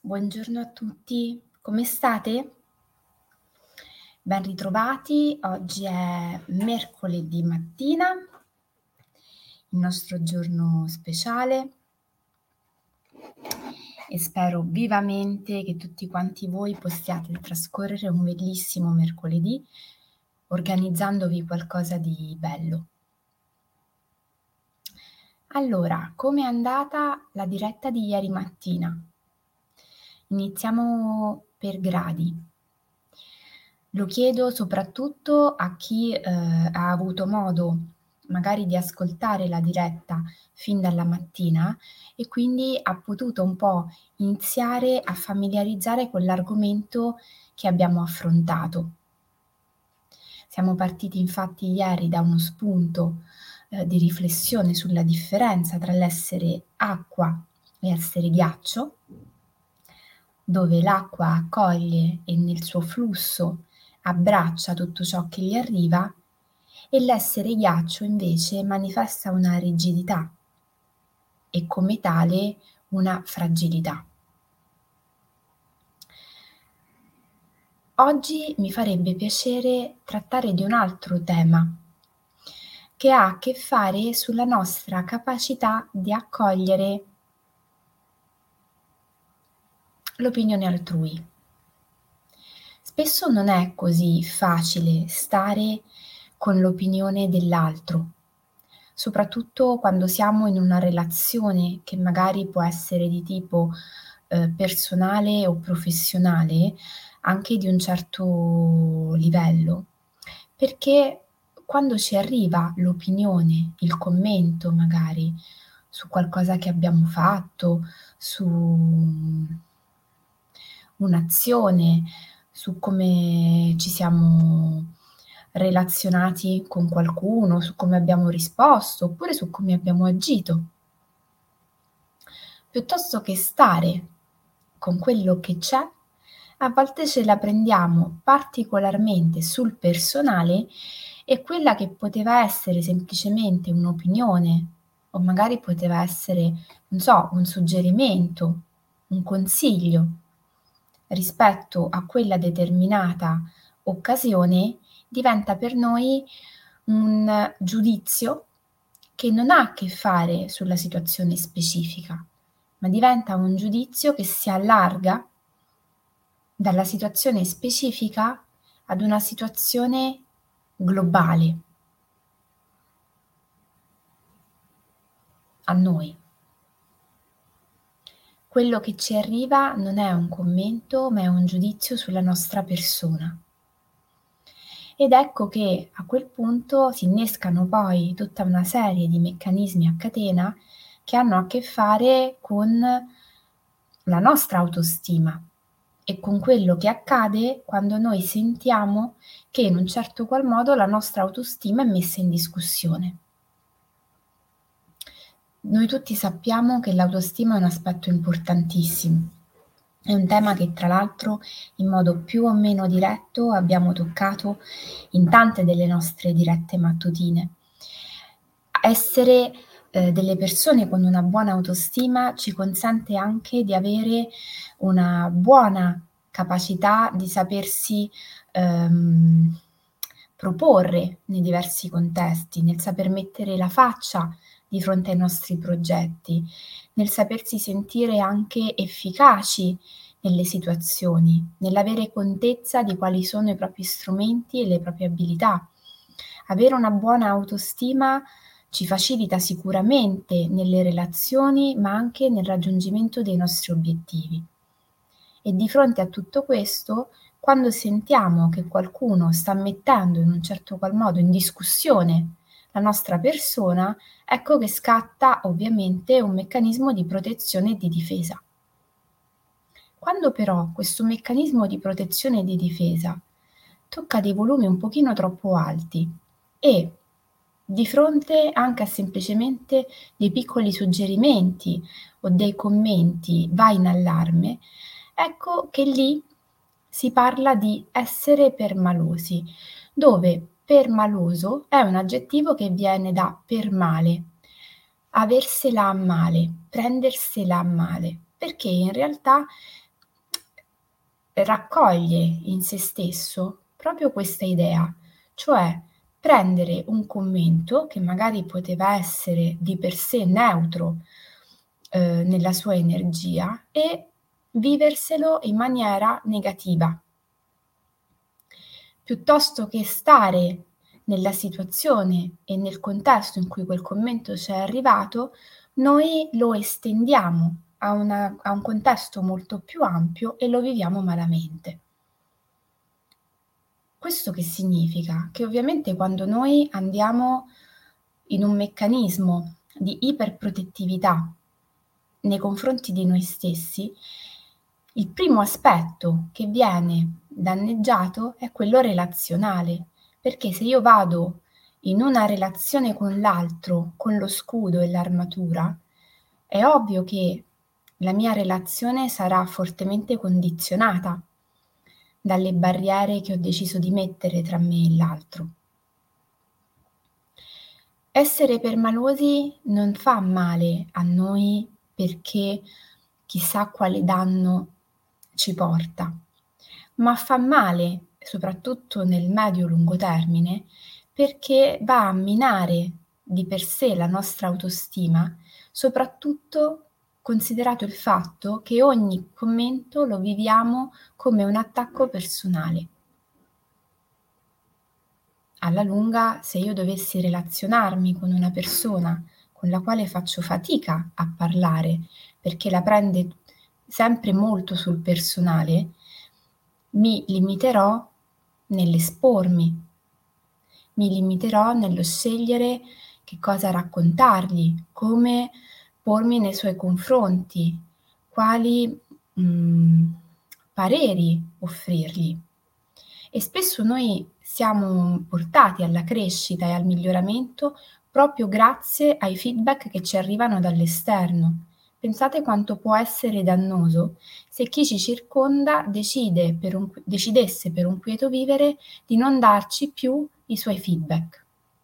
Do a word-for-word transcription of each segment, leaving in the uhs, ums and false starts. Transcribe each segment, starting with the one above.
Buongiorno a tutti, come state? Ben ritrovati, oggi è mercoledì mattina, il nostro giorno speciale e spero vivamente che tutti quanti voi possiate trascorrere un bellissimo mercoledì organizzandovi qualcosa di bello. Allora, com'è andata la diretta di ieri mattina? Iniziamo per gradi. Lo chiedo soprattutto a chi, ehm, ha avuto modo magari di ascoltare la diretta fin dalla mattina e quindi ha potuto un po' iniziare a familiarizzare con l'argomento che abbiamo affrontato. Siamo partiti infatti ieri da uno spunto, ehm, di riflessione sulla differenza tra l'essere acqua e essere ghiaccio, dove l'acqua accoglie e nel suo flusso abbraccia tutto ciò che gli arriva e l'essere ghiaccio invece manifesta una rigidità e come tale una fragilità. Oggi mi farebbe piacere trattare di un altro tema che ha a che fare sulla nostra capacità di accogliere l'opinione altrui. Spesso non è così facile stare con l'opinione dell'altro, soprattutto quando siamo in una relazione che magari può essere di tipo, ehm, personale o professionale, anche di un certo livello, perché quando ci arriva l'opinione, il commento magari su qualcosa che abbiamo fatto, su un'azione, su come ci siamo relazionati con qualcuno, su come abbiamo risposto, oppure su come abbiamo agito. Piuttosto che stare con quello che c'è, a volte ce la prendiamo particolarmente sul personale e quella che poteva essere semplicemente un'opinione o magari poteva essere, non so, un suggerimento, un consiglio rispetto a quella determinata occasione, diventa per noi un giudizio che non ha a che fare sulla situazione specifica, ma diventa un giudizio che si allarga dalla situazione specifica ad una situazione globale, a noi. Quello che ci arriva non è un commento, ma è un giudizio sulla nostra persona. Ed ecco che a quel punto si innescano poi tutta una serie di meccanismi a catena che hanno a che fare con la nostra autostima e con quello che accade quando noi sentiamo che in un certo qual modo la nostra autostima è messa in discussione. Noi tutti sappiamo che l'autostima è un aspetto importantissimo. È un tema che tra l'altro in modo più o meno diretto abbiamo toccato in tante delle nostre dirette mattutine. Essere, ehm, delle persone con una buona autostima ci consente anche di avere una buona capacità di sapersi, ehm, proporre nei diversi contesti, nel saper mettere la faccia di fronte ai nostri progetti, nel sapersi sentire anche efficaci nelle situazioni, nell'avere contezza di quali sono i propri strumenti e le proprie abilità. Avere una buona autostima ci facilita sicuramente nelle relazioni, ma anche nel raggiungimento dei nostri obiettivi. E di fronte a tutto questo, quando sentiamo che qualcuno sta mettendo in un certo qual modo in discussione la nostra persona, ecco che scatta ovviamente un meccanismo di protezione e di difesa. Quando però questo meccanismo di protezione e di difesa tocca dei volumi un pochino troppo alti e di fronte anche a semplicemente dei piccoli suggerimenti o dei commenti va in allarme, ecco che lì si parla di essere permalosi, dove permaloso è un aggettivo che viene da per male, aversela a male, prendersela a male, perché in realtà raccoglie in se stesso proprio questa idea, cioè prendere un commento che magari poteva essere di per sé neutro, ehm, nella sua energia e viverselo in maniera negativa. Piuttosto che stare nella situazione e nel contesto in cui quel commento c'è arrivato, noi lo estendiamo a una a un contesto molto più ampio e lo viviamo malamente. Questo che significa? Che ovviamente quando noi andiamo in un meccanismo di iperprotettività nei confronti di noi stessi, il primo aspetto che viene danneggiato è quello relazionale, perché se io vado in una relazione con l'altro con lo scudo e l'armatura, è ovvio che la mia relazione sarà fortemente condizionata dalle barriere che ho deciso di mettere tra me e l'altro. Essere permalosi non fa male a noi perché chissà quale danno ci porta, ma fa male, soprattutto nel medio-lungo termine, perché va a minare di per sé la nostra autostima, soprattutto considerato il fatto che ogni commento lo viviamo come un attacco personale. Alla lunga, se io dovessi relazionarmi con una persona con la quale faccio fatica a parlare, perché la prende sempre molto sul personale, mi limiterò nell'espormi, mi limiterò nello scegliere che cosa raccontargli, come pormi nei suoi confronti, quali mh, pareri offrirgli. E spesso noi siamo portati alla crescita e al miglioramento proprio grazie ai feedback che ci arrivano dall'esterno. Pensate quanto può essere dannoso se chi ci circonda decide per un, decidesse per un quieto vivere di non darci più i suoi feedback.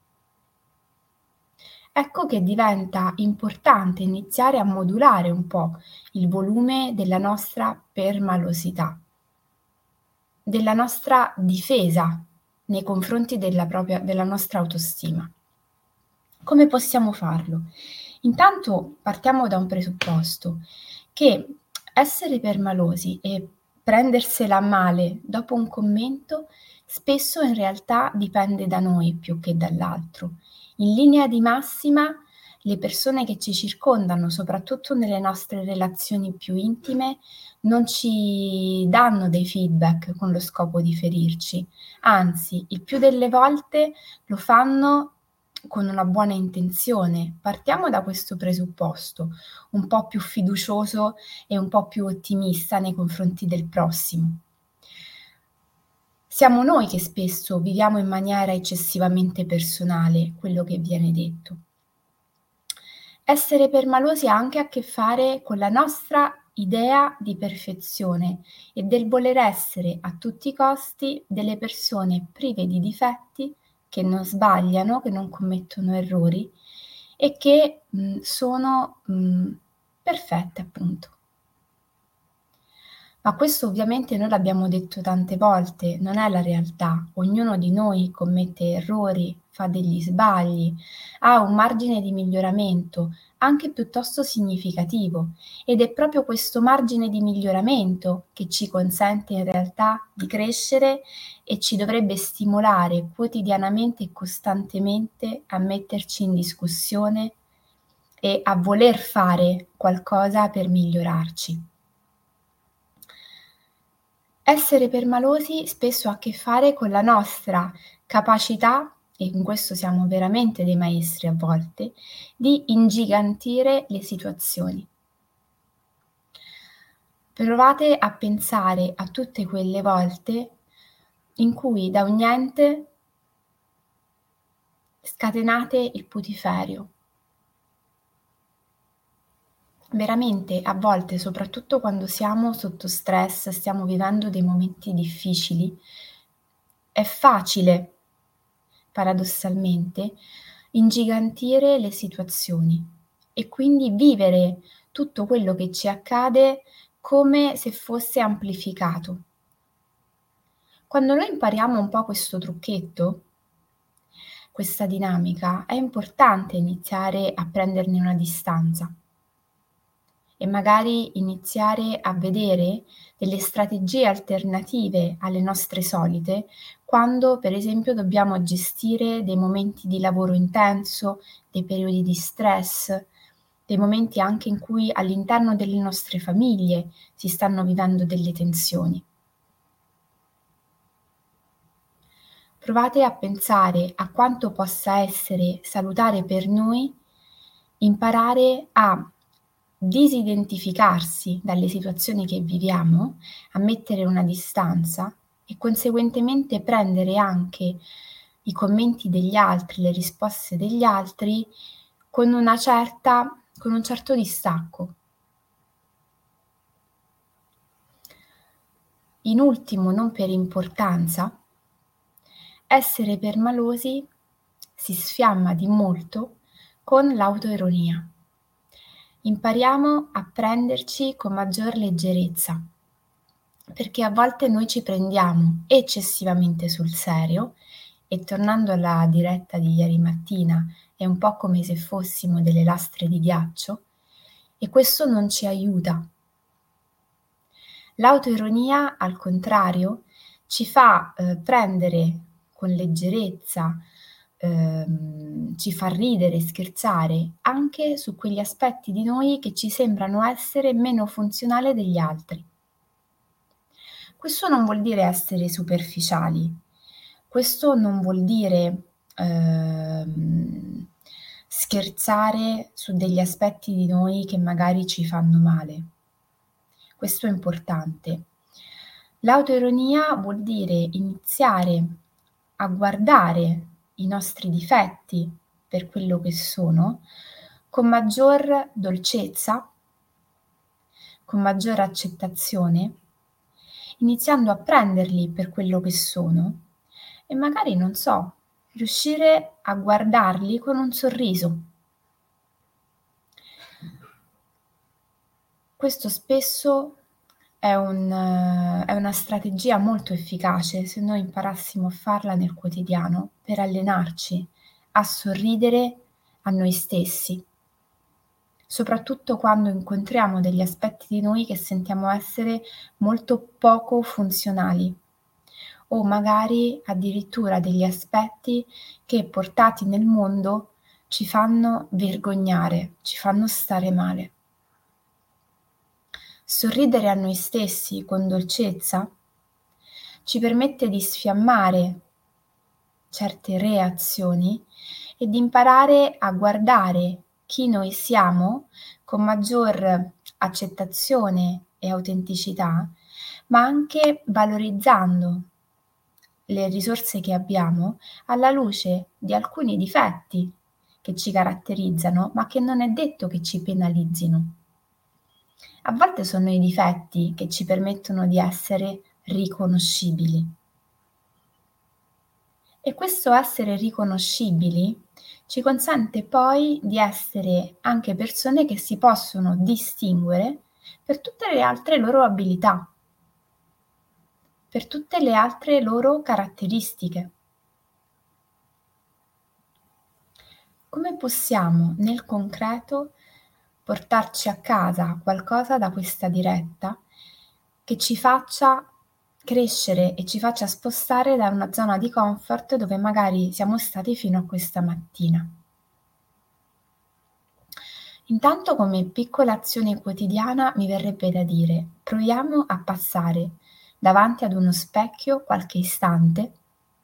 Ecco che diventa importante iniziare a modulare un po' il volume della nostra permalosità, della nostra difesa nei confronti della propria della nostra autostima. Come possiamo farlo? Intanto partiamo da un presupposto, che essere permalosi e prendersela a male dopo un commento spesso in realtà dipende da noi più che dall'altro. In linea di massima le persone che ci circondano, soprattutto nelle nostre relazioni più intime, non ci danno dei feedback con lo scopo di ferirci, anzi, il più delle volte lo fanno con una buona intenzione. Partiamo da questo presupposto, un po' più fiducioso e un po' più ottimista nei confronti del prossimo. Siamo noi che spesso viviamo in maniera eccessivamente personale quello che viene detto. Essere permalosi ha anche a che fare con la nostra idea di perfezione e del voler essere a tutti i costi delle persone prive di difetti, che non sbagliano, che non commettono errori e che mh, sono mh, perfette, appunto. Ma questo ovviamente noi l'abbiamo detto tante volte, non è la realtà. Ognuno di noi commette errori, fa degli sbagli, ha un margine di miglioramento anche piuttosto significativo ed è proprio questo margine di miglioramento che ci consente in realtà di crescere e ci dovrebbe stimolare quotidianamente e costantemente a metterci in discussione e a voler fare qualcosa per migliorarci. Essere permalosi spesso ha a che fare con la nostra capacità, e in questo siamo veramente dei maestri a volte, di ingigantire le situazioni. Provate a pensare a tutte quelle volte in cui da un niente scatenate il putiferio. Veramente a volte, soprattutto quando siamo sotto stress, stiamo vivendo dei momenti difficili, è facile, paradossalmente, ingigantire le situazioni e quindi vivere tutto quello che ci accade come se fosse amplificato. Quando noi impariamo un po' questo trucchetto, questa dinamica, è importante iniziare a prenderne una distanza e magari iniziare a vedere delle strategie alternative alle nostre solite, quando per esempio dobbiamo gestire dei momenti di lavoro intenso, dei periodi di stress, dei momenti anche in cui all'interno delle nostre famiglie si stanno vivendo delle tensioni. Provate a pensare a quanto possa essere salutare per noi imparare a disidentificarsi dalle situazioni che viviamo, a mettere una distanza e conseguentemente prendere anche i commenti degli altri, le risposte degli altri con una certa con un certo distacco. In ultimo, non per importanza, essere permalosi si sfiamma di molto con l'autoironia. Impariamo a prenderci con maggior leggerezza, perché a volte noi ci prendiamo eccessivamente sul serio e, tornando alla diretta di ieri mattina, è un po' come se fossimo delle lastre di ghiaccio e questo non ci aiuta. L'autoironia, al contrario, ci fa eh, prendere con leggerezza, ehm, ci fa ridere, scherzare anche su quegli aspetti di noi che ci sembrano essere meno funzionali degli altri. Questo non vuol dire essere superficiali, questo non vuol dire ehm, scherzare su degli aspetti di noi che magari ci fanno male. Questo è importante. L'autoironia vuol dire iniziare a guardare i nostri difetti per quello che sono, con maggior dolcezza, con maggior accettazione, iniziando a prenderli per quello che sono e magari, non so, riuscire a guardarli con un sorriso. Questo spesso è un è una strategia molto efficace se noi imparassimo a farla nel quotidiano per allenarci a sorridere a noi stessi, soprattutto quando incontriamo degli aspetti di noi che sentiamo essere molto poco funzionali o magari addirittura degli aspetti che, portati nel mondo, ci fanno vergognare, ci fanno stare male. Sorridere a noi stessi con dolcezza ci permette di sfiammare certe reazioni e di imparare a guardare chi noi siamo con maggior accettazione e autenticità, ma anche valorizzando le risorse che abbiamo alla luce di alcuni difetti che ci caratterizzano, ma che non è detto che ci penalizzino. A volte sono i difetti che ci permettono di essere riconoscibili. E questo essere riconoscibili ci consente poi di essere anche persone che si possono distinguere per tutte le altre loro abilità, per tutte le altre loro caratteristiche. Come possiamo nel concreto portarci a casa qualcosa da questa diretta che ci faccia crescere e ci faccia spostare da una zona di comfort dove magari siamo stati fino a questa mattina? Intanto, come piccola azione quotidiana, mi verrebbe da dire: proviamo a passare davanti ad uno specchio qualche istante,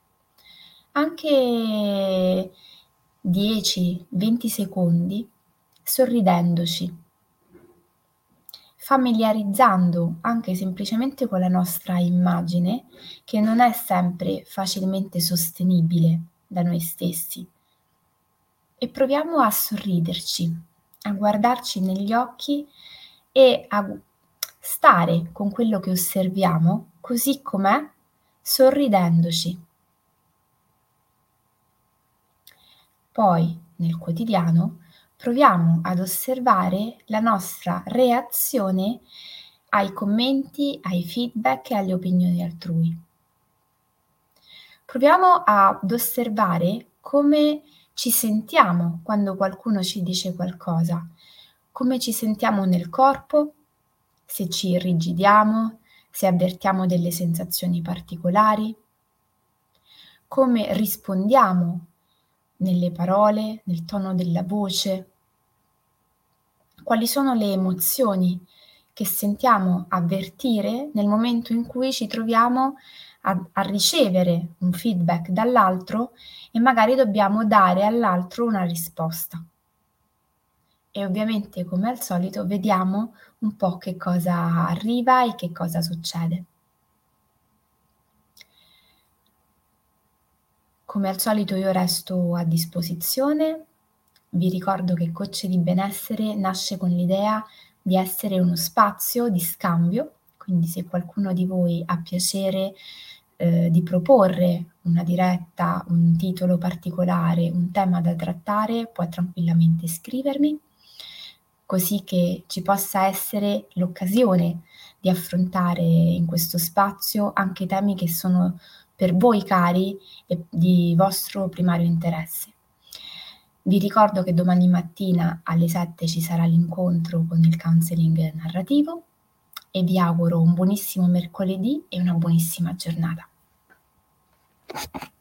anche dieci venti secondi, sorridendoci, familiarizzando anche semplicemente con la nostra immagine, che non è sempre facilmente sostenibile da noi stessi. E proviamo a sorriderci, a guardarci negli occhi e a stare con quello che osserviamo così com'è, sorridendoci. Poi, nel quotidiano, proviamo ad osservare la nostra reazione ai commenti, ai feedback e alle opinioni altrui. Proviamo ad osservare come ci sentiamo quando qualcuno ci dice qualcosa, come ci sentiamo nel corpo, se ci irrigidiamo, se avvertiamo delle sensazioni particolari, come rispondiamo nelle parole, nel tono della voce, quali sono le emozioni che sentiamo avvertire nel momento in cui ci troviamo a a ricevere un feedback dall'altro e magari dobbiamo dare all'altro una risposta. E ovviamente, come al solito, vediamo un po' che cosa arriva e che cosa succede. Come al solito io resto a disposizione. Vi ricordo che Coach di Benessere nasce con l'idea di essere uno spazio di scambio, quindi se qualcuno di voi ha piacere, ehm, di proporre una diretta, un titolo particolare, un tema da trattare, può tranquillamente scrivermi, così che ci possa essere l'occasione di affrontare in questo spazio anche temi che sono per voi cari e di vostro primario interesse. Vi ricordo che domani mattina alle sette ci sarà l'incontro con il counseling narrativo e vi auguro un buonissimo mercoledì e una buonissima giornata.